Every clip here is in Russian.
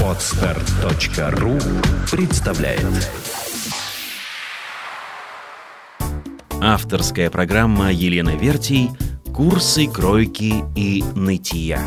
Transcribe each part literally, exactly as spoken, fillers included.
Подстер точка ру представляет. Авторская программа Елены Вертий «Курсы кройки и нытья».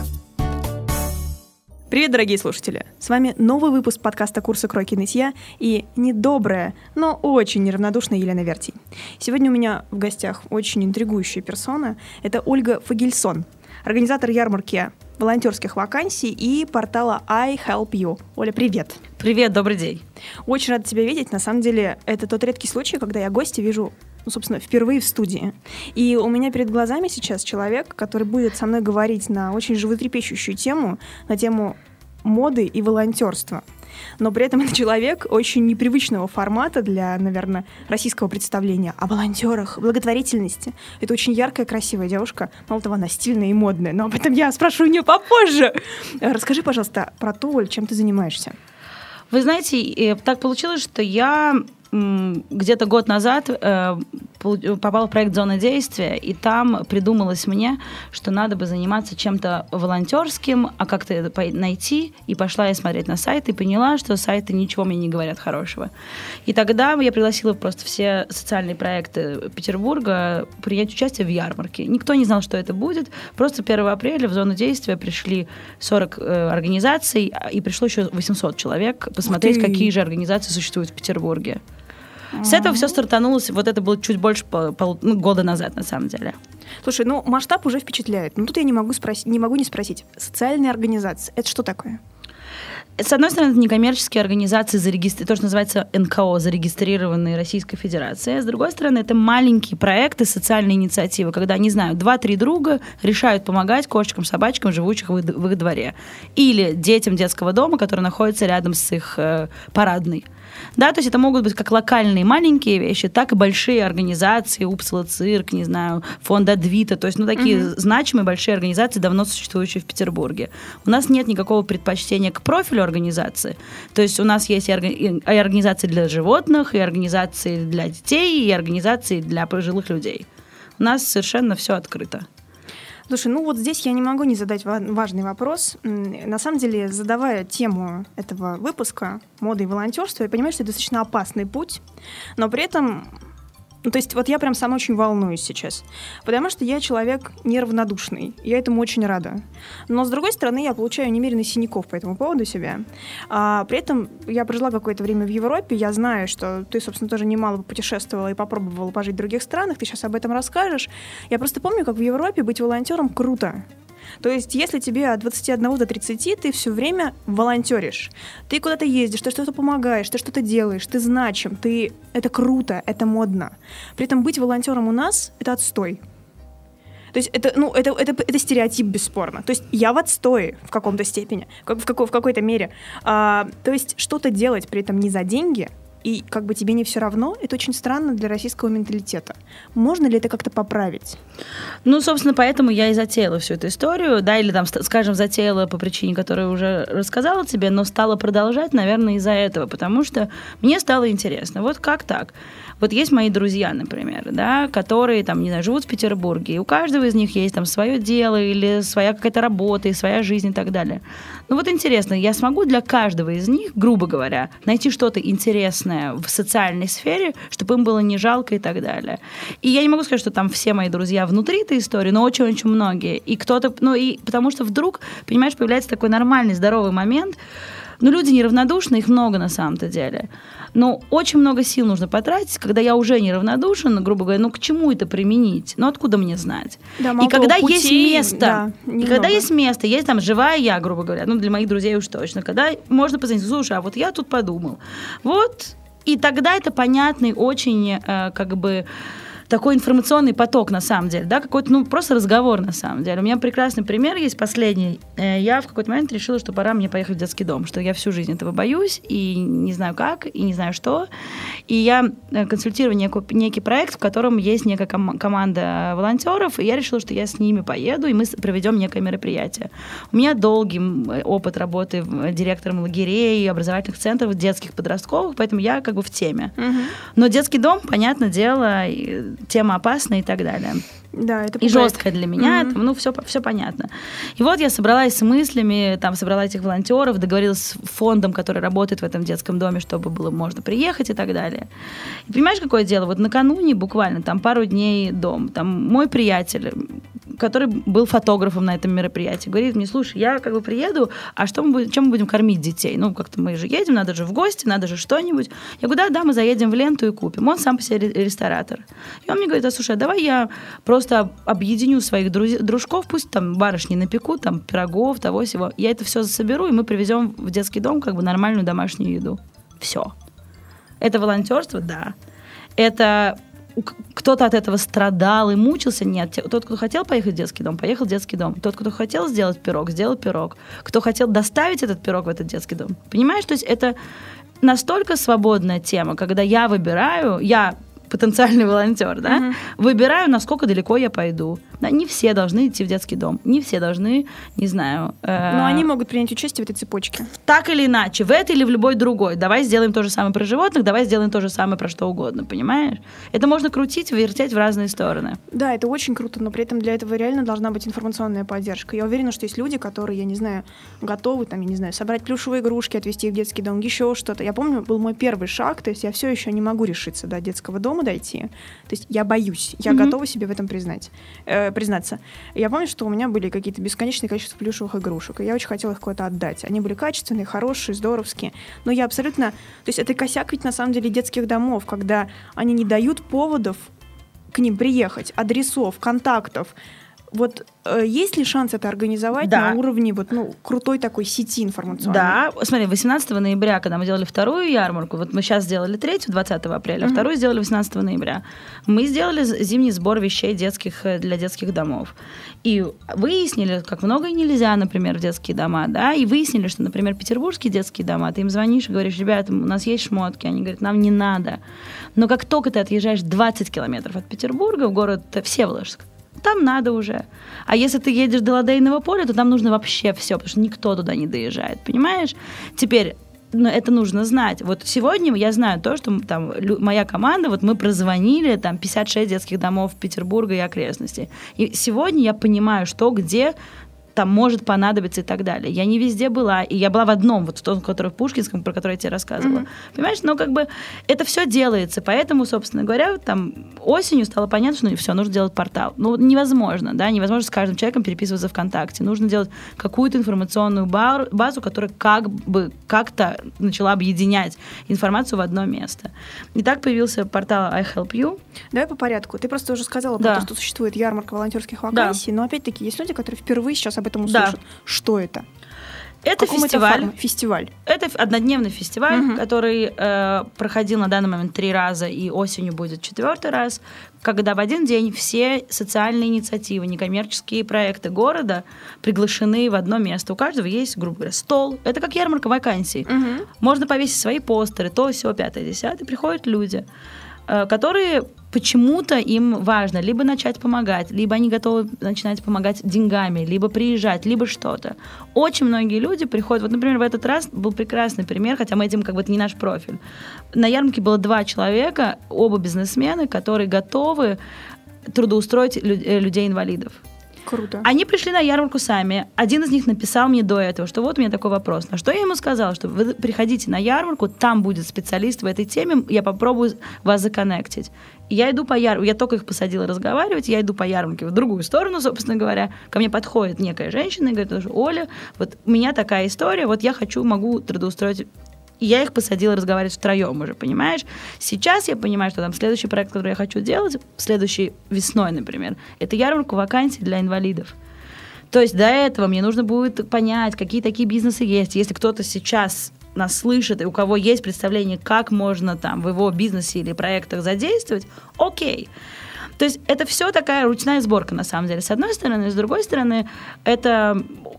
Привет, дорогие слушатели! С вами новый выпуск подкаста «Курсы кройки и нытья» и недобрая, но очень неравнодушная Елена Вертий. Сегодня у меня в гостях очень интригующая персона. Это Ольга Фогельсон, организатор ярмарки волонтерских вакансий и портала I Help You. Оля, привет! Привет, добрый день! Очень рада тебя видеть. На самом деле, это тот редкий случай, когда я гостя вижу, ну, собственно, впервые в студии. И у меня перед глазами сейчас человек, который будет со мной говорить на очень животрепещущую тему, на тему моды и волонтерства. Но при этом это человек очень непривычного формата для, наверное, российского представления о волонтерах, благотворительности. Это очень яркая, красивая девушка. Мало того, она стильная и модная, но об этом я спрошу у нее попозже. Расскажи, пожалуйста, про то, Оль, чем ты занимаешься. Вы знаете, так получилось, что я где-то год назад э, попала в проект «Зона действия», и там придумалось мне, что надо бы заниматься чем-то волонтерским, а как-то это найти. И пошла я смотреть на сайт и поняла, что сайты ничего мне не говорят хорошего. И тогда я пригласила просто все социальные проекты Петербурга принять участие в ярмарке. Никто не знал, что это будет. Просто первого апреля в «Зону действия» пришли сорок э, организаций, и пришло еще восемьсот человек посмотреть, какие же организации существуют в Петербурге. С этого все стартанулось, вот это было чуть больше пол, пол, ну, года назад, на самом деле. Слушай, ну масштаб уже впечатляет. Но тут я не могу, спросить, не могу не спросить. Социальные организации, это что такое? С одной стороны, это некоммерческие организации, зарегистр... то, что называется эн ка о, зарегистрированные Российской Федерацией. С другой стороны, это маленькие проекты, социальные инициативы, когда, не знаю, два-три друга решают помогать кошечкам, собачкам, живущих в их, в их дворе. Или детям детского дома, который находится рядом с их э, парадной. Да, то есть это могут быть как локальные маленькие вещи, так и большие организации, Упсала цирк, не знаю, фонд Адвита, то есть, ну, такие uh-huh. значимые большие организации, давно существующие в Петербурге. У нас нет никакого предпочтения к профилю организации, то есть у нас есть и организации для животных, и организации для детей, и организации для пожилых людей. У нас совершенно все открыто. Слушай, ну вот здесь я не могу не задать важный вопрос. На самом деле, задавая тему этого выпуска «Мода и волонтерство», я понимаю, что это достаточно опасный путь, но при этом... Ну, то есть вот я прям сама очень волнуюсь сейчас, потому что я человек неравнодушный, я этому очень рада. Но, с другой стороны, я получаю немерено синяков по этому поводу себя. А, при этом я прожила какое-то время в Европе, я знаю, что ты, собственно, тоже немало путешествовала и попробовала пожить в других странах, ты сейчас об этом расскажешь. Я просто помню, как в Европе быть волонтером круто. То есть, если тебе от двадцати одного до тридцати, ты все время волонтеришь. Ты куда-то ездишь, ты что-то помогаешь, ты что-то делаешь, ты значим, ты... это круто, это модно. При этом быть волонтером у нас — это отстой. То есть это, ну, это, это, это стереотип, бесспорно. То есть я в отстое в каком-то степени, в, какой, в какой-то мере. А, то есть что-то делать при этом не за деньги, и как бы тебе не все равно, это очень странно для российского менталитета. Можно ли это как-то поправить? Ну, собственно, поэтому я и затеяла всю эту историю, да, или там, скажем, затеяла по причине, которую уже рассказала тебе, но стала продолжать, наверное, из-за этого, потому что мне стало интересно. Вот как так? Вот есть мои друзья, например, да, которые там, не знаю, живут в Петербурге, и у каждого из них есть там свое дело или своя какая-то работа, и своя жизнь и так далее. Ну вот интересно, я смогу для каждого из них, грубо говоря, найти что-то интересное в социальной сфере, чтобы им было не жалко и так далее. И я не могу сказать, что там все мои друзья внутри этой истории, но очень-очень многие. И кто-то, ну и потому что вдруг, понимаешь, появляется такой нормальный, здоровый момент. Ну, люди неравнодушны, их много на самом-то деле. Но очень много сил нужно потратить, когда я уже неравнодушен, грубо говоря, ну к чему это применить? Ну откуда мне знать? Да, и когда пути, есть место, да, и когда есть место, есть там живая я, грубо говоря, ну для моих друзей уж точно, когда можно позвонить, слушай, а вот я тут подумал. Вот, и тогда это понятный очень, э, как бы, такой информационный поток, на самом деле, да, какой-то, ну, просто разговор, на самом деле. У меня прекрасный пример есть, последний. Я в какой-то момент решила, что пора мне поехать в детский дом, что я всю жизнь этого боюсь, и не знаю как, и не знаю что. И я консультирую некий, некий проект, в котором есть некая ком- команда волонтеров, и я решила, что я с ними поеду, и мы проведем некое мероприятие. У меня долгий опыт работы директором лагерей, образовательных центров, детских, подростковых, поэтому я как бы в теме. Uh-huh. Но детский дом, понятное дело, тема опасная и так далее. Да, это и пугает. жесткое для меня, Mm-hmm. там, ну, все, все понятно. И вот я собралась с мыслями, там, собрала этих волонтеров, договорилась с фондом, который работает в этом детском доме, чтобы было можно приехать и так далее. И понимаешь, какое дело? Вот накануне буквально, там, пару дней дом, там, мой приятель, который был фотографом на этом мероприятии, говорит мне: слушай, я как бы приеду, а что мы будем, чем мы будем кормить детей? Ну, как-то мы же едем, надо же в гости, надо же что-нибудь. Я говорю: да, да, мы заедем в Ленту и купим. Он сам по себе ресторатор. И он мне говорит: а слушай, давай я просто объединю своих друз- дружков, пусть там барышни напекут, там, пирогов, того всего. Я это все соберу, и мы привезем в детский дом как бы нормальную домашнюю еду. Все. Это волонтерство? Да. Это кто-то от этого страдал и мучился? Нет. Тот, кто хотел поехать в детский дом, поехал в детский дом. Тот, кто хотел сделать пирог, сделал пирог. Кто хотел доставить этот пирог в этот детский дом. Понимаешь? То есть это настолько свободная тема, когда я выбираю, я потенциальный волонтер, да, uh-huh. выбираю, насколько далеко я пойду. Да, не все должны идти в детский дом, не все должны, не знаю... Э- Но они могут принять участие в этой цепочке. Так или иначе, в этой или в любой другой. Давай сделаем то же самое про животных, давай сделаем то же самое про что угодно, понимаешь? Это можно крутить, вертеть в разные стороны. Да, это очень круто, но при этом для этого реально должна быть информационная поддержка. Я уверена, что есть люди, которые, я не знаю, готовы, там, я не знаю, собрать плюшевые игрушки, отвезти их в детский дом, еще что-то. Я помню, был мой первый шаг, то есть я все еще не могу решиться до детского дома дойти. То есть я боюсь, я mm-hmm. готова себе в этом признать, э, признаться. Я помню, что у меня были какие-то бесконечные количества плюшевых игрушек, и я очень хотела их куда-то отдать. Они были качественные, хорошие, здоровские, но я абсолютно... То есть это косяк ведь на самом деле детских домов, когда они не дают поводов к ним приехать, адресов, контактов. Вот э, есть ли шанс это организовать да. на уровне вот, ну, крутой такой сети информационной? Да, смотри, восемнадцатого ноября, когда мы делали вторую ярмарку, вот мы сейчас сделали третью, двадцатого апреля, uh-huh. вторую сделали восемнадцатого ноября, мы сделали зимний сбор вещей детских для детских домов. И выяснили, как много и нельзя, например, в детские дома, да, и выяснили, что, например, петербургские детские дома, ты им звонишь и говоришь: ребята, у нас есть шмотки, они говорят: нам не надо. Но как только ты отъезжаешь двадцать километров от Петербурга в город Всеволожск, там надо уже. А если ты едешь до Ладейного поля, то там нужно вообще все, потому что никто туда не доезжает, понимаешь? Теперь, ну, это нужно знать. Вот сегодня я знаю то, что там лю- моя команда, вот мы прозвонили там пятьдесят шесть детских домов Петербурга и окрестностей. И сегодня я понимаю, что, где там может понадобиться и так далее. Я не везде была, и я была в одном, вот в том, который в Пушкинском, про который я тебе рассказывала. Mm-hmm. Понимаешь, но как бы это все делается, поэтому, собственно говоря, там осенью стало понятно, что ну, все, нужно делать портал. Ну, невозможно, да, невозможно с каждым человеком переписываться ВКонтакте. Нужно делать какую-то информационную бар- базу, которая как бы как-то начала объединять информацию в одно место. И так появился портал I Help You. Давай по порядку. Ты просто уже сказала да. про то, что существует ярмарка волонтерских вакансий, да. но опять-таки есть люди, которые впервые сейчас об этом услышат. Да. Что это? Это фестиваль. Это фестиваль. Это однодневный фестиваль, uh-huh. который э, проходил на данный момент три раза, и осенью будет четвертый раз, когда в один день все социальные инициативы, некоммерческие проекты города приглашены в одно место. У каждого есть, грубо говоря, стол. Это как ярмарка вакансий. Uh-huh. Можно повесить свои постеры, то, сё, пятое, десятое. Приходят люди, э, которые... почему-то им важно либо начать помогать, либо они готовы начинать помогать деньгами, либо приезжать, либо что-то. Очень многие люди приходят... Вот, например, в этот раз был прекрасный пример, хотя мы этим как бы это не наш профиль. На ярмарке было два человека, оба бизнесмены, которые готовы трудоустроить людей-инвалидов. Круто. Они пришли на ярмарку сами. Один из них написал мне до этого, что вот у меня такой вопрос. На что я ему сказала, что вы приходите на ярмарку, там будет специалист в этой теме, я попробую вас законнектить. И я иду по ярмарке, я только их посадила разговаривать, я иду по ярмарке в другую сторону, собственно говоря. Ко мне подходит некая женщина и говорит: Оля, вот у меня такая история, вот я хочу, могу трудоустроить. И я их посадила разговаривать втроем уже, понимаешь? Сейчас я понимаю, что там следующий проект, который я хочу делать, следующей весной, например, это ярмарка вакансий для инвалидов. То есть до этого мне нужно будет понять, какие такие бизнесы есть. Если кто-то сейчас нас слышит, и у кого есть представление, как можно там в его бизнесе или проектах задействовать, окей. То есть это все такая ручная сборка, на самом деле, с одной стороны. С другой стороны, это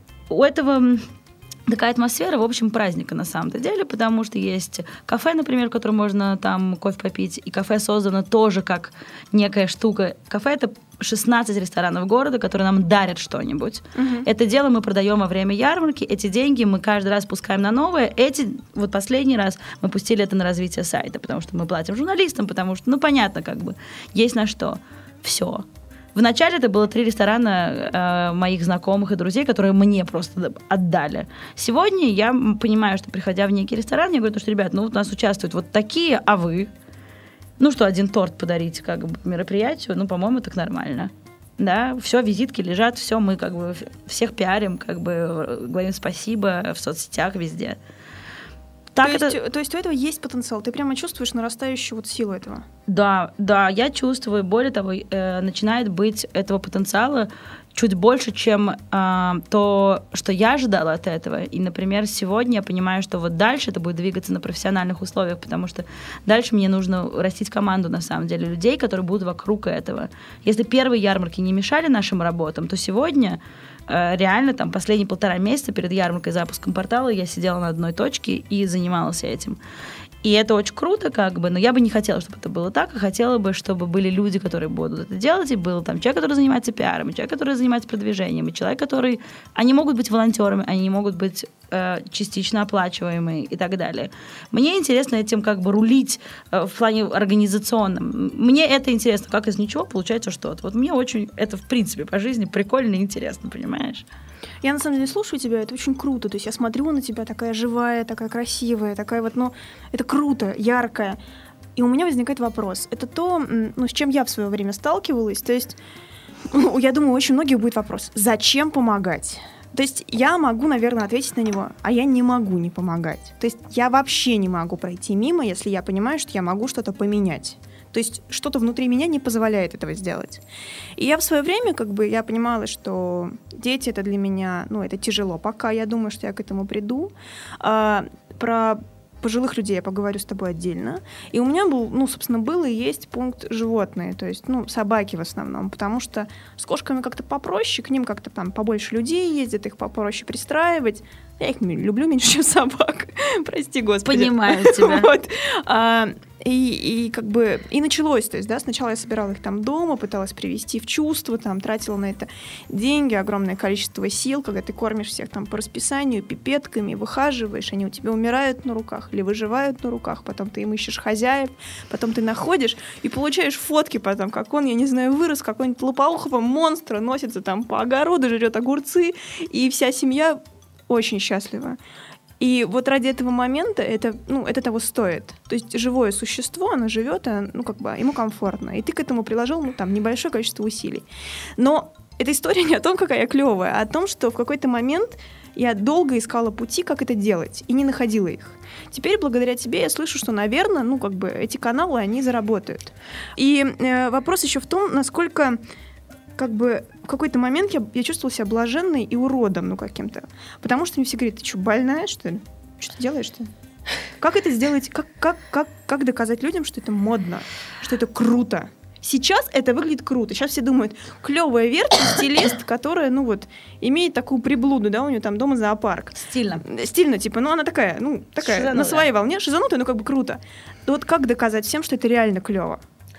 у этого... такая атмосфера, в общем, праздника на самом-то деле, потому что есть кафе, например, в котором можно там кофе попить, и кафе создано тоже как некая штука. Кафе — это шестнадцать ресторанов города, которые нам дарят что-нибудь. Uh-huh. Это дело мы продаем во время ярмарки, эти деньги мы каждый раз пускаем на новое. Эти, вот последний раз мы пустили это на развитие сайта, потому что мы платим журналистам, потому что, ну, понятно, как бы, есть на что. Все. Вначале это было три ресторана э, моих знакомых и друзей, которые мне просто отдали. Сегодня я понимаю, что, приходя в некий ресторан, я говорю, что, ребят, ну, вот у нас участвуют вот такие, а вы? Ну что, один торт подарить как бы мероприятию, ну, по-моему, так нормально. Да, все, визитки лежат, все, мы как бы всех пиарим, как бы говорим спасибо в соцсетях, везде. Так то, это... есть, то есть у этого есть потенциал? Ты прямо чувствуешь нарастающую вот силу этого? Да, да, я чувствую. Более того, э, начинает быть этого потенциала чуть больше, чем э, то, что я ожидала от этого. И, например, сегодня я понимаю, что вот дальше это будет двигаться на профессиональных условиях, потому что дальше мне нужно растить команду, на самом деле, людей, которые будут вокруг этого. Если первые ярмарки не мешали нашим работам, то сегодня э, реально там последние полтора месяца перед ярмаркой и запуском портала я сидела на одной точке и занималась этим. И это очень круто, как бы, но я бы не хотела, чтобы это было так, а хотела бы, чтобы были люди, которые будут это делать, и был там человек, который занимается пиаром, и человек, который занимается продвижением, и человек, который... Они могут быть волонтерами, они могут быть э, частично оплачиваемые и так далее. Мне интересно этим как бы рулить э, в плане организационном. Мне это интересно, как из ничего получается что-то. Вот мне очень это, в принципе, по жизни прикольно и интересно, понимаешь? Я, на самом деле, слушаю тебя, это очень круто. То есть я смотрю на тебя, такая живая, такая красивая, такая вот, ну, это круто, яркая. И у меня возникает вопрос. Это то, ну, с чем я в свое время сталкивалась. То есть, ну, я думаю, у очень многих будет вопрос. Зачем помогать? То есть я могу, наверное, ответить на него, а я не могу не помогать. То есть я вообще не могу пройти мимо, если я понимаю, что я могу что-то поменять. То есть что-то внутри меня не позволяет этого сделать. И я в свое время, как бы, я понимала, что дети — это для меня, ну, это тяжело пока, я думаю, что я к этому приду. А, про пожилых людей я поговорю с тобой отдельно. И у меня был, ну, собственно, был и есть пункт животные, то есть, ну, собаки в основном, потому что с кошками как-то попроще, к ним как-то там побольше людей ездит, их попроще пристраивать. Я их люблю меньше, чем собак. Прости, Господи. Понимаю тебя. Вот. А, и, и как бы и началось, то есть, да, сначала я собирала их там дома, пыталась привести в чувство, там, тратила на это деньги, огромное количество сил, когда ты кормишь всех там по расписанию, пипетками, выхаживаешь, они у тебя умирают на руках или выживают на руках, потом ты им ищешь хозяев, потом ты находишь и получаешь фотки потом, как он, я не знаю, вырос, какой-нибудь лопоухого монстра, носится там по огороду, жрет огурцы, и вся семья очень счастлива. И вот ради этого момента это, ну, это того стоит. То есть живое существо, оно живет, ну, как бы ему комфортно. И ты к этому приложил, ну, там, небольшое количество усилий. Но эта история не о том, какая я клевая, а о том, что в какой-то момент я долго искала пути, как это делать, и не находила их. Теперь, благодаря тебе, я слышу, что, наверное, ну, как бы эти каналы, они заработают. И э, вопрос еще в том, насколько... как бы в какой-то момент я, я чувствовала себя блаженной и уродом, ну, каким-то. Потому что мне все говорят, ты что, больная, что ли? Что ты делаешь-то? Как это сделать? Как, как, как, как доказать людям, что это модно, что это круто? Сейчас это выглядит круто. Сейчас все думают, клевая Верти, стилист, которая, ну вот, имеет такую приблуду, да, у нее там дома зоопарк. Стильно. Стильно, типа, ну она такая, ну, такая, шизанутая. На своей волне, шизанутая, ну как бы круто. Но вот как доказать всем, что это реально клево?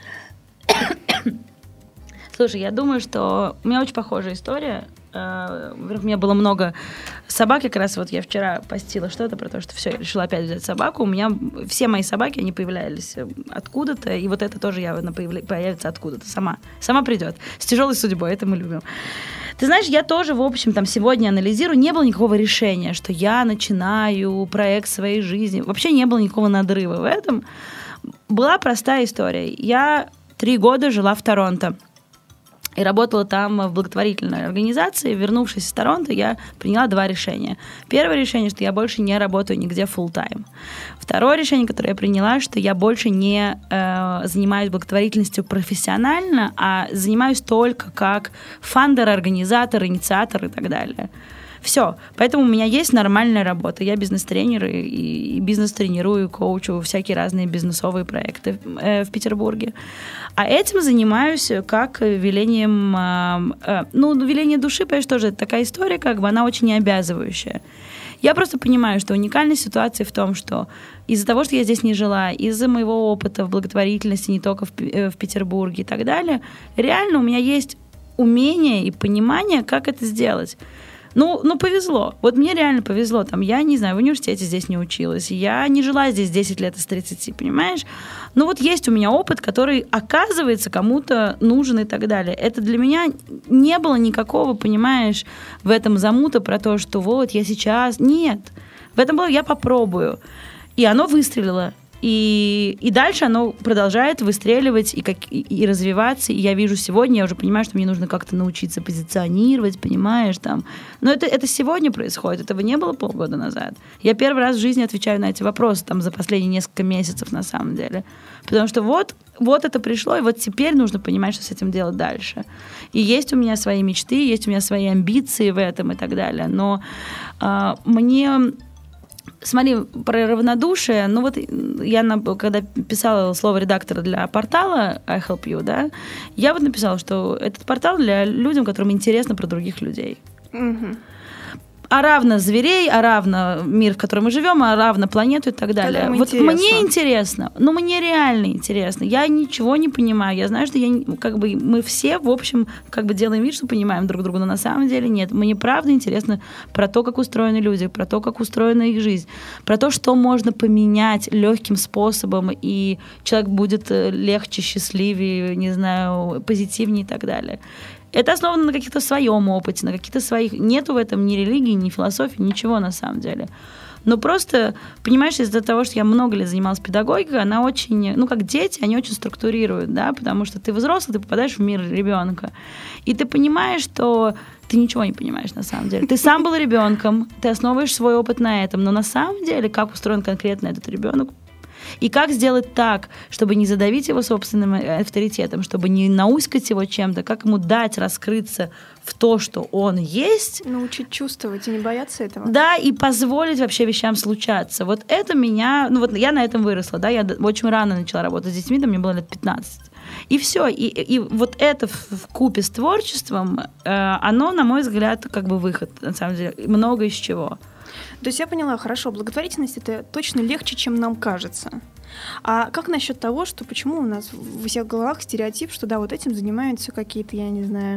Слушай, я думаю, что у меня очень похожая история. Во-первых, у меня было много собак. Как раз вот я вчера постила что-то про то, что все, я решила опять взять собаку. У меня все мои собаки, они появлялись откуда-то. И вот это тоже явно появится откуда-то. Сама. Сама придет. С тяжелой судьбой. Это мы любим. Ты знаешь, я тоже, в общем, там сегодня анализирую. Не было никакого решения, что я начинаю проект своей жизни. Вообще не было никакого надрыва в этом. Была простая история. Я три года жила в Торонто. И работала там в благотворительной организации. Вернувшись из Торонто, я приняла два решения. Первое решение, что я больше не работаю нигде full-time. Второе решение, которое я приняла, что я больше не э, занимаюсь благотворительностью профессионально, а занимаюсь только как фандер, организатор, инициатор и так далее. Все. Поэтому у меня есть нормальная работа. Я бизнес-тренер и, и бизнес-тренирую, коучу всякие разные бизнесовые проекты э, в Петербурге. А этим занимаюсь как велением... Э, э, ну, веление души, понимаешь, тоже такая история, как бы она очень необязывающая. Я просто понимаю, что уникальность ситуации в том, что из-за того, что я здесь не жила, из-за моего опыта в благотворительности не только в, э, в Петербурге и так далее, реально у меня есть умение и понимание, как это сделать. Ну, ну, повезло. Вот мне реально повезло. Там, я, не знаю, в университете здесь не училась. Я не жила здесь десять лет из тридцати, понимаешь? Ну, вот есть у меня опыт, который, оказывается, кому-то нужен и так далее. Это для меня не было никакого, понимаешь, в этом замута про то, что вот я сейчас... Нет. В этом было я попробую. И оно выстрелило. И, и дальше оно продолжает выстреливать и, как, и, и развиваться. И я вижу сегодня, я уже понимаю, что мне нужно как-то научиться позиционировать, понимаешь, там. Но это, это сегодня происходит, этого не было полгода назад. Я первый раз в жизни отвечаю на эти вопросы там, за последние несколько месяцев на самом деле. Потому что вот, вот это пришло, и вот теперь нужно понимать, что с этим делать дальше. И есть у меня свои мечты, есть у меня свои амбиции в этом и так далее. Но а, мне... Смотри, про равнодушие, ну вот я, когда писала слово редактора для портала I Help You, да, я вот написала, что этот портал для людям, которым интересно про других людей. Угу. А равно зверей, а равно мир, в котором мы живем, а равно планету и так далее. Вот интересно. Мне интересно, ну мне реально интересно. Я ничего не понимаю. Я знаю, что я, как бы, мы все, в общем, как бы делаем вид, что понимаем друг друга, но на самом деле нет. Мне правда интересно про то, как устроены люди, про то, как устроена их жизнь, про то, что можно поменять легким способом, и человек будет легче, счастливее, не знаю, позитивнее и так далее. Это основано на каких-то своем опыте, на каких-то своих... Нету в этом ни религии, ни философии, ничего на самом деле. Но просто, понимаешь, из-за того, что я много лет занималась педагогикой, она очень... Ну, как дети, они очень структурируют, да, потому что ты взрослый, ты попадаешь в мир ребенка. И ты понимаешь, что ты ничего не понимаешь на самом деле. Ты сам был ребенком, ты основываешь свой опыт на этом, но на самом деле, как устроен конкретно этот ребенок, и как сделать так, чтобы не задавить его собственным авторитетом, чтобы не науськать его чем-то, как ему дать раскрыться в то, что он есть. Научить чувствовать и не бояться этого. Да, и позволить вообще вещам случаться. Вот это меня... Ну вот я на этом выросла, да, я очень рано начала работать с детьми, да, мне было лет пятнадцать. И все. И, и вот это вкупе с творчеством, э, оно, на мой взгляд, как бы выход, на самом деле, много из чего. То есть я поняла, хорошо, благотворительность — это точно легче, чем нам кажется. А как насчет того, что почему у нас в всех головах стереотип, что да, вот этим занимаются какие-то, я не знаю,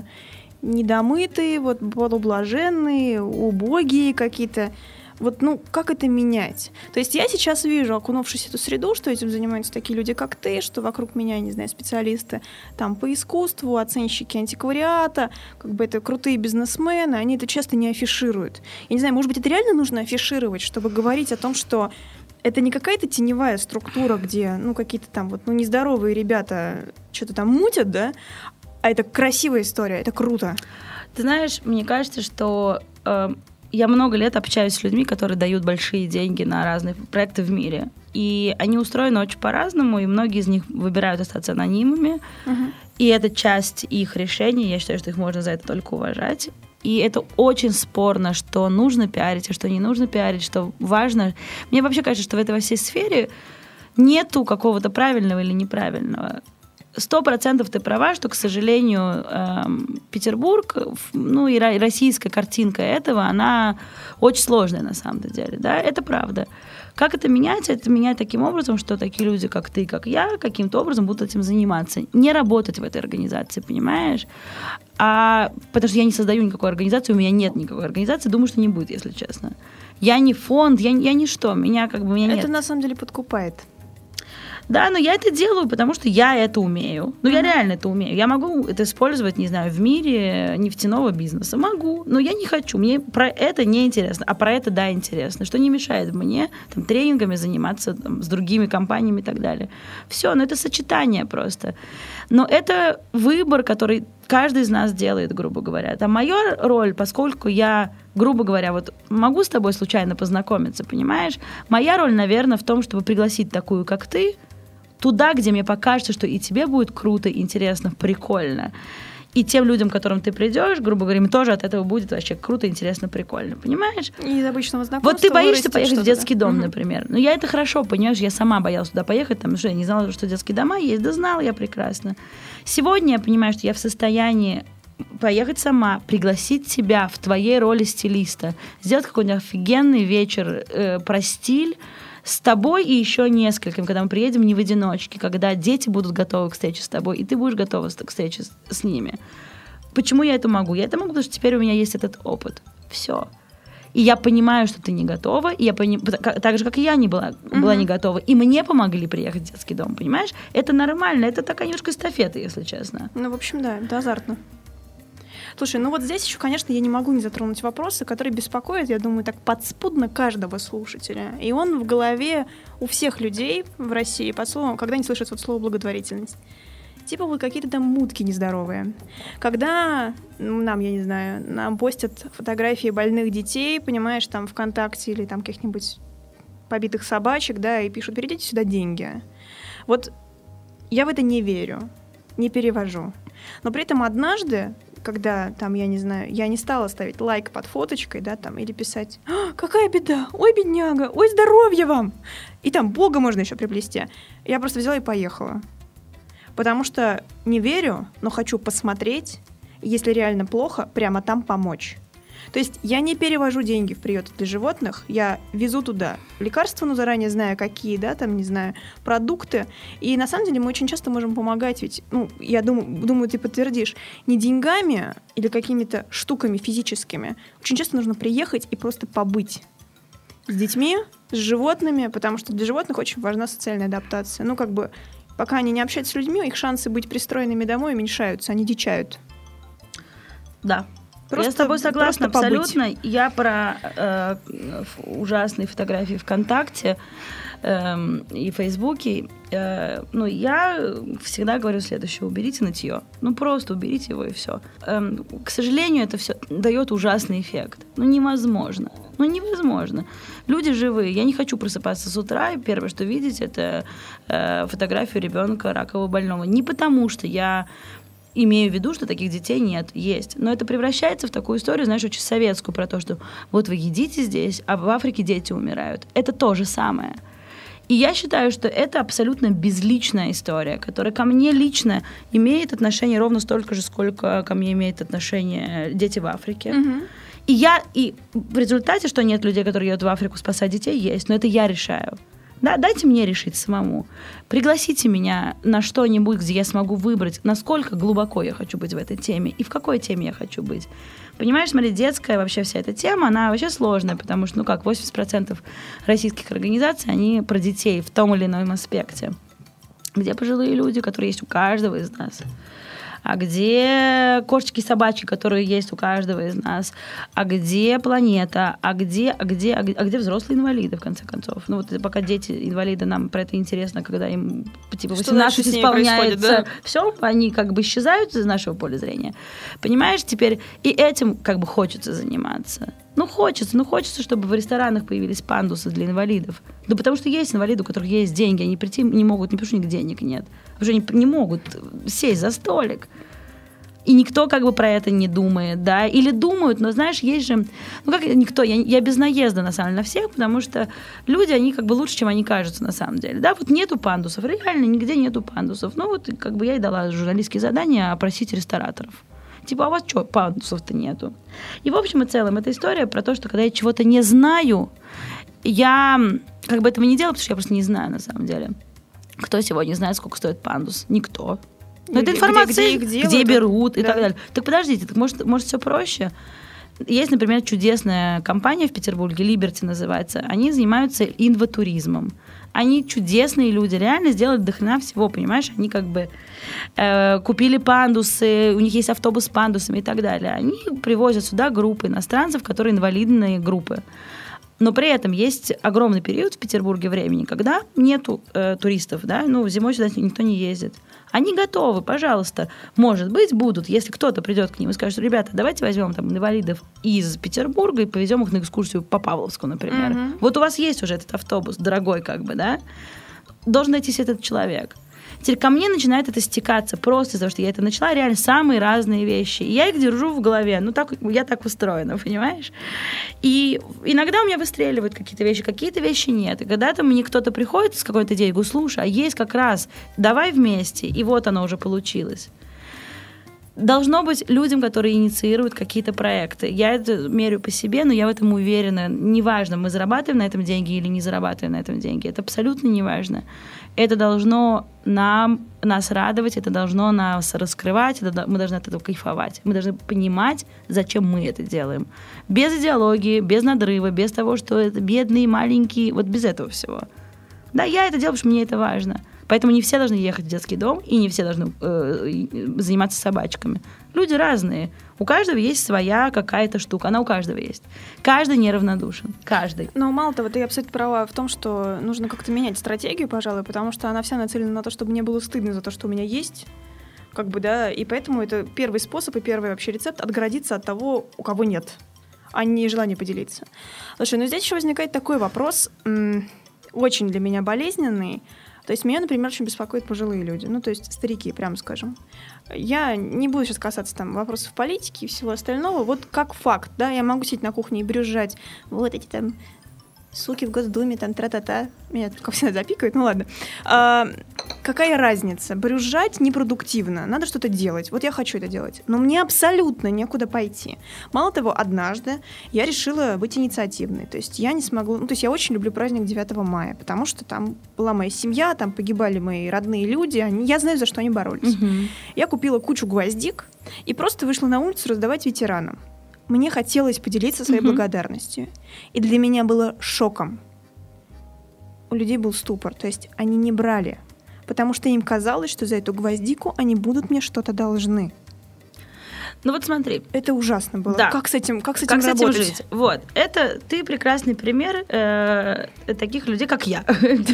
недомытые, вот полублаженные, убогие какие-то. Вот, ну, как это менять? То есть я сейчас вижу, окунувшись в эту среду, что этим занимаются такие люди, как ты, что вокруг меня, не знаю, специалисты там по искусству, оценщики антиквариата, как бы это крутые бизнесмены, они это часто не афишируют. Я не знаю, может быть, это реально нужно афишировать, чтобы говорить о том, что это не какая-то теневая структура, где, ну, какие-то там вот, ну, нездоровые ребята что-то там мутят, да, а это красивая история, это круто. Ты знаешь, мне кажется, что... Э- Я много лет общаюсь с людьми, которые дают большие деньги на разные проекты в мире. И они устроены очень по-разному, и многие из них выбирают остаться анонимами. Uh-huh. И это часть их решений. Я считаю, что их можно за это только уважать. И это очень спорно, что нужно пиарить, а что не нужно пиарить, что важно. Мне вообще кажется, что в этой во всей сфере нету какого-то правильного или неправильного. Сто процентов ты права, что, к сожалению, эм, Петербург, ну и российская картинка этого, она очень сложная на самом деле, да, это правда. Как это менять? Это менять таким образом, что такие люди, как ты, как я, каким-то образом будут этим заниматься. Не работать в этой организации, понимаешь? А, потому что я не создаю никакой организации, у меня нет никакой организации, думаю, что не будет, если честно. Я не фонд, я, я ничто, меня как бы меня нет. Это на самом деле подкупает. Да, но я это делаю, потому что я это умею. Ну, mm-hmm. я реально это умею. Я могу это использовать, не знаю, в мире нефтяного бизнеса. Могу, но я не хочу. Мне про это не интересно, а про это, да, интересно. Что не мешает мне там, тренингами заниматься там, с другими компаниями и так далее. Все, но это сочетание просто. Но это выбор, который каждый из нас делает, грубо говоря. А моя роль, поскольку я, грубо говоря, вот могу с тобой случайно познакомиться, понимаешь? Моя роль, наверное, в том, чтобы пригласить такую, как ты, туда, где мне покажется, что и тебе будет круто, интересно, прикольно. И тем людям, к которым ты придешь, грубо говоря, им тоже от этого будет вообще круто, интересно, прикольно. Понимаешь? И из обычного знакомства. Вот ты боишься поехать в детский дом, угу. например. Ну, я это хорошо, понимаешь, я сама боялась туда поехать, там, что я не знала, что детские дома есть, да знала я прекрасно. Сегодня я понимаю, что я в состоянии поехать сама, пригласить тебя в твоей роли стилиста, сделать какой-нибудь офигенный вечер э, про стиль, с тобой и еще нескольким, когда мы приедем не в одиночке, когда дети будут готовы к встрече с тобой, и ты будешь готова к встрече с, с ними. Почему я это могу? Я это могу, потому что теперь у меня есть этот опыт. Все. И я понимаю, что ты не готова, и я пони... так же, как и я не была, uh-huh. была не готова. И мне помогли приехать в детский дом, понимаешь? Это нормально, это такая немножко эстафета, если честно. Ну, в общем, да, это азартно. Слушай, ну вот здесь еще, конечно, я не могу не затронуть вопросы, которые беспокоят, я думаю, так подспудно каждого слушателя. И он в голове у всех людей в России под словом, когда они слышат вот слово «благотворительность». Типа вот какие-то там мутки нездоровые. Когда нам, я не знаю, нам постят фотографии больных детей, понимаешь, там ВКонтакте или там каких-нибудь побитых собачек, да, и пишут: передайте сюда деньги. Вот я в это не верю, не перевожу. Но при этом однажды, когда там, я не знаю, я не стала ставить лайк под фоточкой, да, там, или писать: а, какая беда, ой, бедняга, ой, здоровья вам, и там Бога можно еще приплести. Я просто взяла и поехала. Потому что не верю, но хочу посмотреть, если реально плохо, прямо там помочь. То есть я не перевожу деньги в приют для животных, я везу туда лекарства, ну, заранее зная, какие, да, там, не знаю, продукты. И на самом деле мы очень часто можем помогать, ведь, ну, я думаю, думаю, ты подтвердишь, не деньгами или какими-то штуками физическими. Очень часто нужно приехать и просто побыть с детьми, с животными, потому что для животных очень важна социальная адаптация. Ну, как бы, пока они не общаются с людьми, их шансы быть пристроенными домой уменьшаются, они дичают. Да. Просто, я с тобой согласна абсолютно. Побыть. Я про э, ужасные фотографии ВКонтакте э, и Фейсбуке. Э, ну, я всегда говорю следующее: уберите нытье. Ну, просто уберите его, и все. Э, к сожалению, это все дает ужасный эффект. Ну, невозможно. Ну, невозможно. Люди живые. Я не хочу просыпаться с утра, и первое, что видеть, это э, фотографию ребенка раково больного. Не потому, что я имею в виду, что таких детей нет, есть. Но это превращается в такую историю, знаешь, очень советскую, про то, что вот вы едите здесь, а в Африке дети умирают. Это то же самое. И я считаю, что это абсолютно безличная история, которая ко мне лично имеет отношение ровно столько же, сколько ко мне имеет отношение дети в Африке. Mm-hmm. И я, и в результате, что нет людей, которые едут в Африку спасать детей, есть, но это я решаю. Да, дайте мне решить самому. Пригласите меня на что-нибудь, где я смогу выбрать, насколько глубоко я хочу быть в этой теме и в какой теме я хочу быть. Понимаешь, смотри, детская вообще вся эта тема, она вообще сложная, потому что, ну как, восемьдесят процентов российских организаций, они про детей в том или ином аспекте. Где пожилые люди, которые есть у каждого из нас. А где кошечки и собачки, которые есть у каждого из нас, а где планета, а где, а где, а где, а где взрослые инвалиды, в конце концов. Ну вот пока дети инвалиды, нам про это интересно, когда им типа восемнадцать исполняется, да? Все, они как бы исчезают из нашего поля зрения. Понимаешь, теперь и этим как бы хочется заниматься. Ну, хочется, ну, хочется, чтобы в ресторанах появились пандусы для инвалидов. Да потому что есть инвалиды, у которых есть деньги, они прийти не могут, не потому что у них денег нет, потому что они не могут сесть за столик. И никто как бы про это не думает, да, или думают, но, знаешь, есть же, ну, как никто, я, я без наезда, на самом деле, на всех, потому что люди, они как бы лучше, чем они кажутся, на самом деле, да, вот нету пандусов, реально нигде нету пандусов, ну, вот как бы я и дала журналистские задания опросить рестораторов. Типа, а у вас что, пандусов-то нету? И в общем и целом, это история про то, что когда я чего-то не знаю, я как бы этого не делаю, потому что я просто не знаю, на самом деле. Кто сегодня знает, сколько стоит пандус? Никто. Но это информация, где, где, где берут да. и так далее. Так подождите, так может, может все проще? Есть, например, чудесная компания в Петербурге, Liberty называется. Они занимаются инватуризмом. Они чудесные люди, реально сделали до хрена всего, понимаешь? Они как бы э, купили пандусы, у них есть автобус с пандусами и так далее. Они привозят сюда группы иностранцев, которые инвалидные группы. Но при этом есть огромный период в Петербурге времени, когда нету э, туристов, да, ну, зимой сюда никто не ездит. Они готовы, пожалуйста, может быть, будут, если кто-то придет к ним и скажет: ребята, давайте возьмем там инвалидов из Петербурга и повезем их на экскурсию по Павловску, например. Mm-hmm. Вот у вас есть уже этот автобус, дорогой как бы, да? Должен найтись этот человек. Теперь ко мне начинает это стекаться просто из-за того, что я это начала, реально самые разные вещи. И я их держу в голове. Ну, так, я так устроена, понимаешь? И иногда у меня выстреливают какие-то вещи, какие-то вещи нет. И когда-то мне кто-то приходит с какой-то идеей, говорю: слушай, а есть как раз, давай вместе. И вот оно уже получилось. должно быть людям, которые инициируют какие-то проекты. Я это мерю по себе, но я в этом уверена. Неважно, мы зарабатываем на этом деньги или не зарабатываем на этом деньги. Это абсолютно неважно. Это должно нам, нас радовать, это должно нас раскрывать, это, мы должны от этого кайфовать. Мы должны понимать, зачем мы это делаем. Без идеологии, без надрыва, без того, что это бедные, маленькие, вот без этого всего. Да, я это делаю, потому что мне это важно. Поэтому не все должны ехать в детский дом, и не все должны э, заниматься собачками. Люди разные. У каждого есть своя какая-то штука. Она у каждого есть. Каждый неравнодушен. Каждый. Но мало того, ты абсолютно права в том, что нужно как-то менять стратегию, пожалуй, потому что она вся нацелена на то, чтобы мне было стыдно за то, что у меня есть. Как бы, да, и поэтому это первый способ и первый вообще рецепт отгородиться от того, у кого нет, а не желание поделиться. Слушай, ну здесь еще возникает такой вопрос, м- очень для меня болезненный. То есть меня, например, очень беспокоят пожилые люди, ну, то есть старики, прямо скажем. Я не буду сейчас касаться там вопросов политики и всего остального. Вот как факт, да, я могу сидеть на кухне и брюзжать. Вот эти там суки в Госдуме, там тра-та-та. Меня, как всегда, запикают, ну ладно. А, какая разница? Брюзжать непродуктивно. Надо что-то делать. Вот я хочу это делать. Но мне абсолютно некуда пойти. Мало того, однажды я решила быть инициативной. То есть я не смогла... Ну, то есть я очень люблю праздник девятого мая, потому что там была моя семья, там погибали мои родные люди. Они, я знаю, за что они боролись. Угу. Я купила кучу гвоздик и просто вышла на улицу раздавать ветеранам. Мне хотелось поделиться своей угу. благодарностью. И для меня было шоком. У людей был ступор. То есть они не брали. Потому что им казалось, что за эту гвоздику они будут мне что-то должны. Ну вот смотри. Это ужасно было. Да. Как с этим, как с этим как работать? С этим жить? Вот. Это ты прекрасный пример э, таких людей, как я.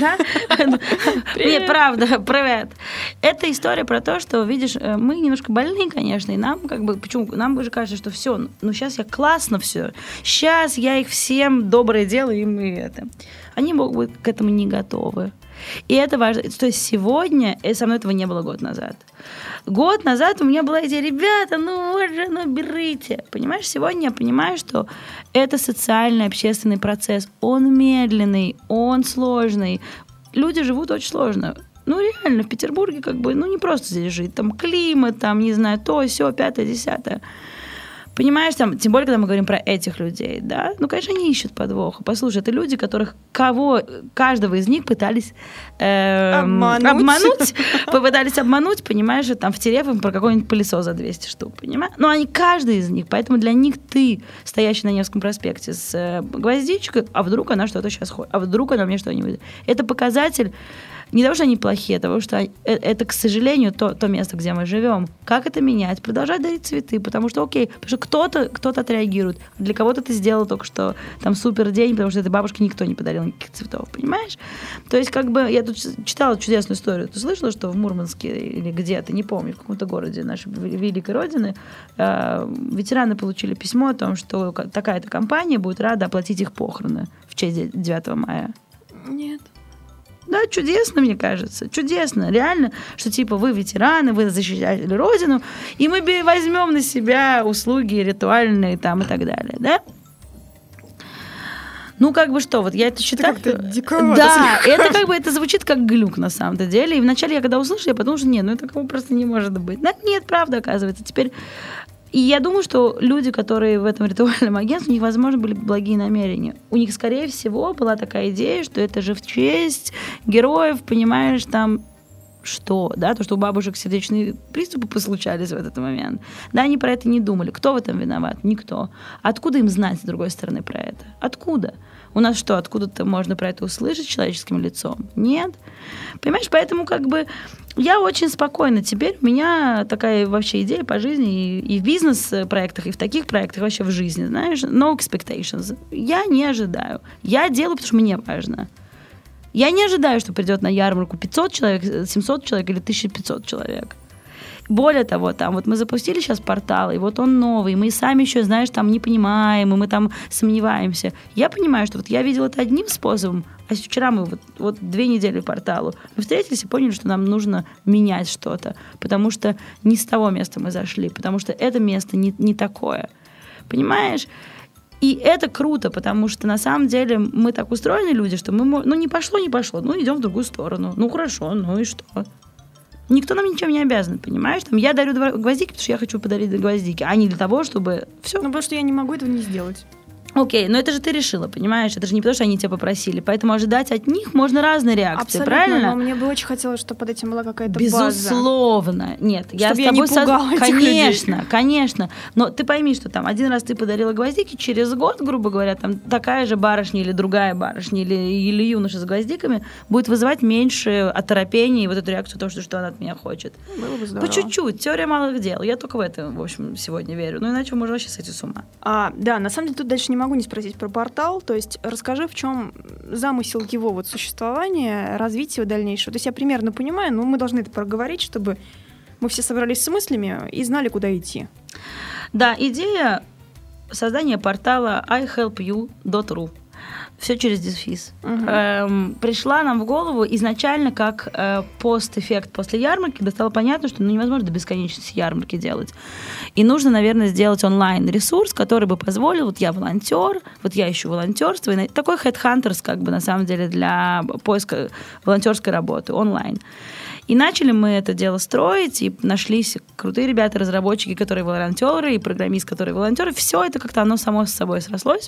Нет, правда, привет. Это история про то, что, видишь, мы немножко больны, конечно, и нам как бы, почему, нам уже кажется, что все, ну сейчас я классно все, сейчас я их всем доброе делаю, им и это. Они могут быть к этому не готовы. И это важно. То есть сегодня, и со мной этого не было год назад. Год назад у меня была идея, ребята, ну вот же, ну берите. Понимаешь, сегодня я понимаю, что это социальный, общественный процесс. Он медленный, он сложный. Люди живут очень сложно. Ну реально, в Петербурге как бы, ну не просто здесь жить. Там климат, там, не знаю, то, сё, пятое, десятое. Понимаешь, там, тем более, когда мы говорим про этих людей, да, ну, конечно, они ищут подвоха. Послушай, это люди, которых, кого, каждого из них пытались э, обмануть. обмануть, попытались обмануть, понимаешь, там, втерев им про какой-нибудь пылесос за двести штук, понимаешь? Но они, каждый из них, поэтому для них ты, стоящий на Невском проспекте с э, гвоздичкой, а вдруг она что-то сейчас ходит, а вдруг она мне что-нибудь... Это показатель не того, что они плохие, а того, что это, к сожалению, то, то место, где мы живем. Как это менять? Продолжать дарить цветы, потому что, окей, потому что кто-то, кто-то отреагирует. Для кого-то ты сделал только что там супер день, потому что этой бабушке никто не подарил никаких цветов, понимаешь? То есть, как бы, я тут читала чудесную историю. Ты слышала, что в Мурманске или где-то, не помню, в каком-то городе нашей великой родины, э, ветераны получили письмо о том, что такая-то компания будет рада оплатить их похороны в честь девятого мая. Нет. Да, чудесно, мне кажется, чудесно, реально, что типа вы ветераны, вы защищали Родину, и мы возьмем на себя услуги ритуальные там и так далее, да? Ну, как бы что, вот я это считаю... Это как-то диковато. Да, это как бы, это звучит как глюк на самом-то деле, и вначале я когда услышала, я подумала, что нет, ну это такого просто не может быть. Да, нет, правда, оказывается, теперь... И я думаю, что люди, которые в этом ритуальном агентстве, у них, возможно, были благие намерения. У них, скорее всего, была такая идея, что это же в честь героев, понимаешь, там, что, да, то, что у бабушек сердечные приступы послучались в этот момент. Да, они про это не думали. Кто в этом виноват? Никто. Откуда им знать, с другой стороны, про это? Откуда? У нас что, откуда-то можно про это услышать человеческим лицом? Нет. Понимаешь, поэтому как бы я очень спокойна. Теперь у меня такая вообще идея по жизни и, и в бизнес-проектах, и в таких проектах, вообще в жизни, знаешь, no expectations. Я не ожидаю. Я делаю, потому что мне важно. Я не ожидаю, что придет на ярмарку пятьсот человек, семьсот человек или тысяча пятьсот человек. Более того, там вот мы запустили сейчас портал, и вот он новый, мы сами еще, знаешь, там не понимаем, и мы там сомневаемся. Я понимаю, что вот я видела это одним способом, а вчера мы вот, вот две недели в порталу, мы встретились и поняли, что нам нужно менять что-то, потому что не с того места мы зашли, потому что это место не, не такое. Понимаешь? И это круто, потому что на самом деле мы так устроены, люди, что мы, ну не пошло, не пошло, ну идем в другую сторону. Ну хорошо, ну и что? Никто нам ничем не обязан, понимаешь? Там, я дарю гвоздики, потому что я хочу подарить гвоздики, а не для того, чтобы... Все. Ну, потому что я не могу этого не сделать. Окей, но это же ты решила, понимаешь? Это же не потому, что они тебя попросили. Поэтому ожидать от них можно разные реакции, абсолютно, правильно? Но мне бы очень хотелось, чтобы под этим была какая-то Безусловно. база. Нет, чтобы я с я тобой... не пугала со... этих Конечно, людей. конечно. Но ты пойми, что там один раз ты подарила гвоздики, через год, грубо говоря, там такая же барышня или другая барышня или, или юноша с гвоздиками будет вызывать меньше оторопения и вот эту реакцию того, что, что она от меня хочет. Было бы здорово. По чуть-чуть. Теория малых дел. Я только в это, в общем, сегодня верю. Ну, иначе можно вообще сойти с ума. А, да, на самом деле тут дальше не могу не спросить про портал, то есть расскажи, в чем замысел его вот существования, развития его дальнейшего. То есть я примерно понимаю, но мы должны это проговорить, чтобы мы все собрались с мыслями и знали, куда идти. Да, идея создания портала ай хелп ю точка ру. Все через дефис. Uh-huh. Эм, пришла нам в голову изначально как э, пост-эффект после ярмарки, когда стало понятно, что ну, невозможно до бесконечности ярмарки делать. И нужно, наверное, сделать онлайн-ресурс, который бы позволил, вот я волонтер, вот я ищу волонтерство, и такой headhunters, как бы, на самом деле, для поиска волонтерской работы онлайн. И начали мы это дело строить, и нашлись крутые ребята, разработчики, которые волонтеры, и программист, который волонтеры. Все это как-то оно само с собой срослось.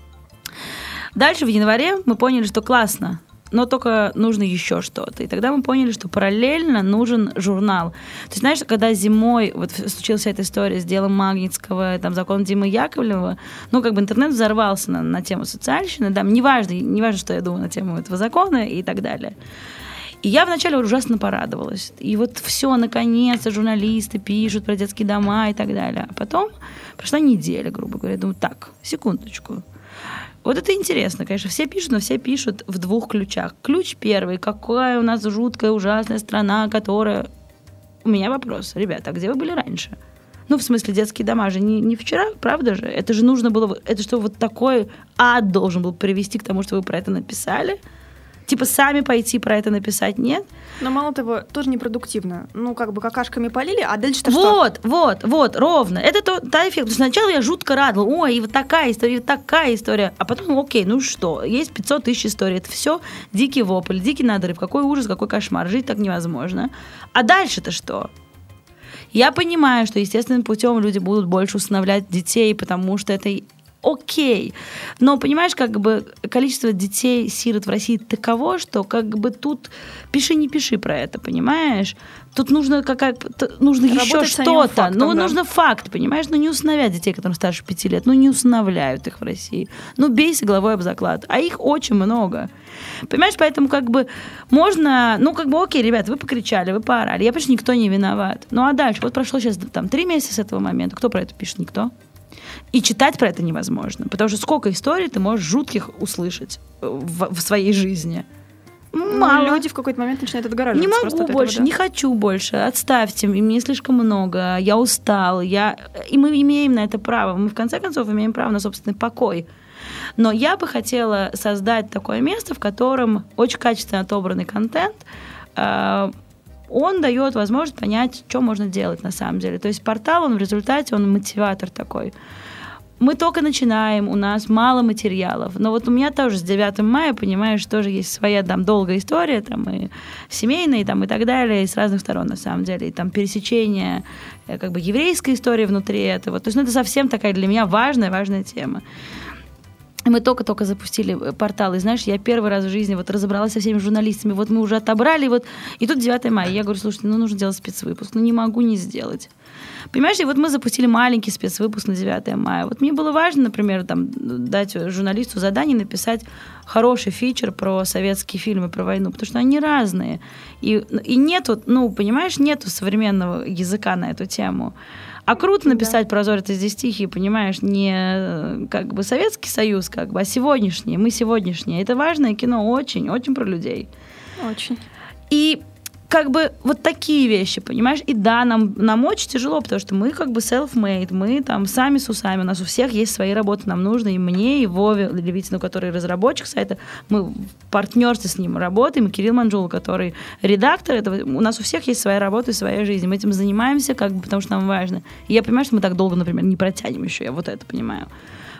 Дальше в январе мы поняли, что классно, но только нужно еще что-то. И тогда мы поняли, что параллельно нужен журнал. То есть, знаешь, когда зимой вот случилась эта история с делом Магнитского, там, закон Димы Яковлева, ну, как бы интернет взорвался на, на тему социальщины, да, неважно, неважно, что я думаю на тему этого закона и так далее. И я вначале ужасно порадовалась. И вот все, наконец-то журналисты пишут про детские дома и так далее. А потом прошла неделя, грубо говоря. Я думаю, так, секундочку. Вот это интересно, конечно, все пишут, но все пишут в двух ключах. Ключ первый, какая у нас жуткая, ужасная страна, которая... У меня вопрос, ребята, а где вы были раньше? Ну, в смысле, детские дома же не, не вчера, правда же? Это же нужно было... Это что, вот такой ад должен был привести к тому, что вы про это написали? Типа сами пойти про это написать, нет? Но мало того, тоже непродуктивно. Ну, как бы какашками полили, а дальше-то вот, что? Вот, вот, вот, ровно. Это то, та эффект. Потому что сначала я жутко рада. Ой, и вот такая история, и вот такая история. А потом, окей, ну что, есть пятьсот тысяч историй. Это все дикий вопль, дикий надрыв. Какой ужас, какой кошмар. Жить так невозможно. А дальше-то что? Я понимаю, что естественным путем люди будут больше усыновлять детей, потому что это... Окей. Но, понимаешь, как бы количество детей-сирот в России таково, что как бы тут пиши, не пиши про это, понимаешь? Тут нужно, какая-то, нужно еще что-то. Фактом, ну, да. нужно факт, понимаешь? Ну, не усыновлять детей, которым старше пяти лет. Ну, не усыновляют их в России. Ну, бейся головой об заклад. А их очень много. Понимаешь, поэтому как бы можно... Ну, как бы, окей, ребята, вы покричали, вы поорали. Я понимаю, что никто не виноват. Ну, а дальше? Вот прошло сейчас там три месяца с этого момента. Кто про это пишет? Никто. И читать про это невозможно, потому что сколько историй ты можешь жутких услышать в, в своей жизни. Мало. Ну, люди в какой-то момент начинают отгораживаться. Не могу больше, этого, да? Не хочу больше, отставьте, мне слишком много, я устал, я... и мы имеем на это право, мы в конце концов имеем право на собственный покой. Но я бы хотела создать такое место, в котором очень качественно отобранный контент, он дает возможность понять, что можно делать на самом деле. То есть портал, он в результате, он мотиватор такой. Мы только начинаем, у нас мало материалов. Но вот у меня тоже с девятого мая, понимаешь, тоже есть своя там долгая история, там и семейная, и, там, и так далее, и с разных сторон на самом деле. И там пересечение как бы еврейской истории внутри этого. То есть ну, это совсем такая для меня важная, важная тема. Мы только-только запустили портал, и, знаешь, я первый раз в жизни вот разобралась со всеми журналистами, вот мы уже отобрали, вот, и тут девятого мая, я говорю, слушайте, ну, нужно делать спецвыпуск, ну, не могу не сделать. Понимаешь, и вот мы запустили маленький спецвыпуск на девятого мая. Вот мне было важно, например, там, дать журналисту задание написать хороший фичер про советские фильмы, про войну, потому что они разные. И, и нету, ну, понимаешь, нету современного языка на эту тему. А круто написать да. про «Зорь здесь стихи», понимаешь, не как бы Советский Союз, как бы, а сегодняшнее, мы сегодняшние. Это важное кино, очень, очень про людей. Очень. И как бы вот такие вещи, понимаешь? И да, нам, нам очень тяжело, потому что мы как бы self-made, мы там сами с усами, у нас у всех есть свои работы, нам нужно, и мне, и Вове Левитину, который разработчик сайта, мы в партнерстве с ним работаем, и Кирилл Манжул, который редактор этого, у нас у всех есть своя работа и своя жизнь, мы этим занимаемся, как бы, потому что нам важно. И я понимаю, что мы так долго, например, не протянем еще, я вот это понимаю.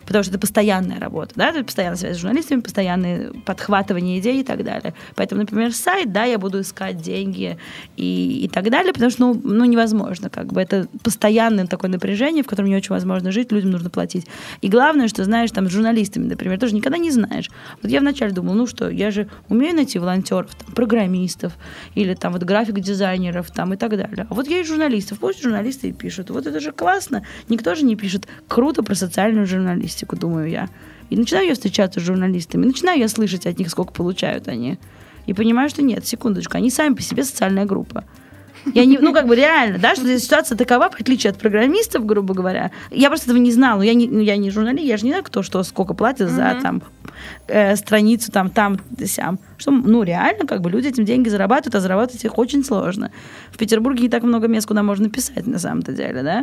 потому что это постоянная работа, да, это постоянная связь с журналистами, постоянное подхватывание идей и так далее. Поэтому, например, сайт, да, я буду искать деньги и, и так далее, потому что, ну, ну, невозможно, как бы, это постоянное такое напряжение, в котором не очень возможно жить, людям нужно платить. И главное, что, знаешь, там, с журналистами, например, тоже никогда не знаешь. Вот я вначале думала, ну что, я же умею найти волонтеров, там, программистов, или там вот график-дизайнеров, там, и так далее. А вот есть журналистов, пусть журналисты и пишут. Вот это же классно. Никто же не пишет круто про социальную журналистику, думаю я. И начинаю я встречаться с журналистами, начинаю я слышать от них, сколько получают они. И понимаю, что нет, секундочку, они сами по себе социальная группа. Я не, ну, как бы реально, да, что ситуация такова, в отличие от программистов, грубо говоря. Я просто этого не знала. Я не, ну, я не журналист, я же не знаю, кто что, сколько платит за mm-hmm. там, э, страницу там, там, сям. Что, ну, реально, как бы люди этим деньги зарабатывают, а зарабатывать их очень сложно. В Петербурге не так много мест, куда можно писать, на самом-то деле, да.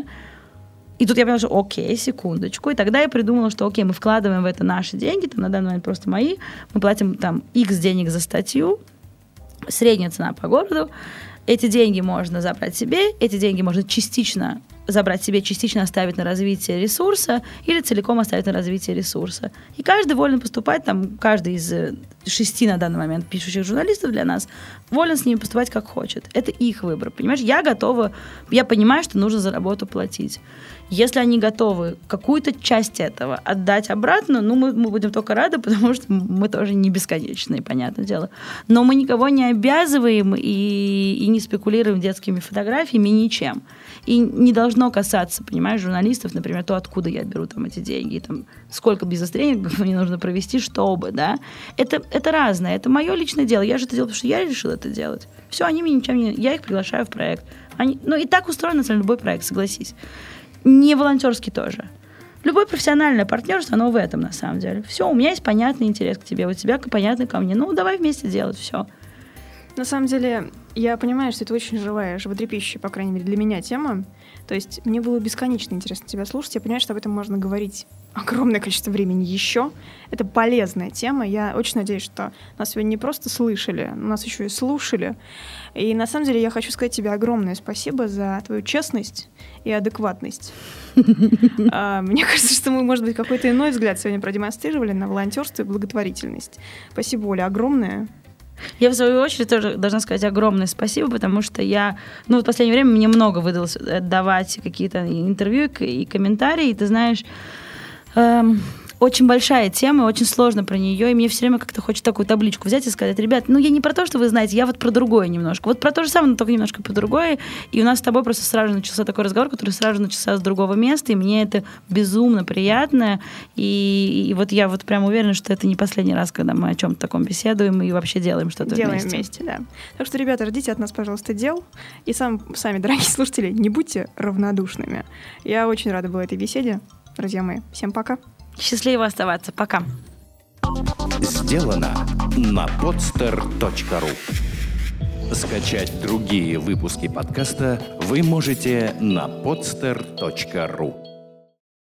И тут я поняла, что окей, секундочку. И тогда я придумала, что окей, мы вкладываем в это наши деньги, там, на данный момент просто мои, мы платим там X денег за статью, средняя цена по городу. Эти деньги можно забрать себе, эти деньги можно частично забрать себе, частично оставить на развитие ресурса или целиком оставить на развитие ресурса. И каждый волен поступать, там, каждый из шести на данный момент пишущих журналистов для нас волен с ними поступать как хочет. Это их выбор, понимаешь? Я готова, я понимаю, что нужно за работу платить. Если они готовы какую-то часть этого отдать обратно, ну, мы, мы будем только рады, потому что мы тоже не бесконечные, понятное дело. Но мы никого не обязываем и, и не спекулируем детскими фотографиями, ничем. И не должно касаться, понимаешь, журналистов, например, то, откуда я беру там эти деньги, там, сколько бизнес-тренингов мне нужно провести, чтобы, да. Это, это разное, это мое личное дело. Я же это делаю, потому что я решила это делать. Все, они мне ничем не... Я их приглашаю в проект. Они, ну, и так устроен, на самом деле, любой проект, согласись. Не волонтерский тоже. Любое профессиональное партнерство, оно в этом, на самом деле. Все, у меня есть понятный интерес к тебе, у тебя понятный ко мне. Ну, давай вместе делать все. На самом деле, я понимаю, что это очень живая, животрепещущая, по крайней мере, для меня тема. То есть мне было бесконечно интересно тебя слушать. Я понимаю, что об этом можно говорить огромное количество времени еще. Это полезная тема. Я очень надеюсь, что нас сегодня не просто слышали, нас еще и слушали. И на самом деле я хочу сказать тебе огромное спасибо за твою честность и адекватность. Мне кажется, что мы, может быть, какой-то иной взгляд сегодня продемонстрировали на волонтерство и благотворительность. Спасибо, Оля, огромное. Я, в свою очередь, тоже должна сказать огромное спасибо, потому что я, ну, в последнее время мне много выдалось давать какие-то интервью и комментарии, и ты знаешь, эм, очень большая тема, очень сложно про нее, и мне все время как-то хочется такую табличку взять и сказать: ребят, ну, я не про то, что вы знаете, я вот про другое немножко. Вот про то же самое, но только немножко про другое. И у нас с тобой просто сразу же начался такой разговор, который сразу же начался с другого места, и мне это безумно приятно. И, и вот я вот прям уверена, что это не последний раз, когда мы о чем-то таком беседуем и вообще делаем что-то делаем вместе. вместе, да. Так что, ребята, ждите от нас, пожалуйста, дел. И сам, сами, дорогие слушатели, не будьте равнодушными. Я очень рада была этой беседе. Друзья мои, всем пока. Счастливо оставаться. Пока. Сделано на podster точка ру. Скачать другие выпуски подкаста вы можете на podster точка ру.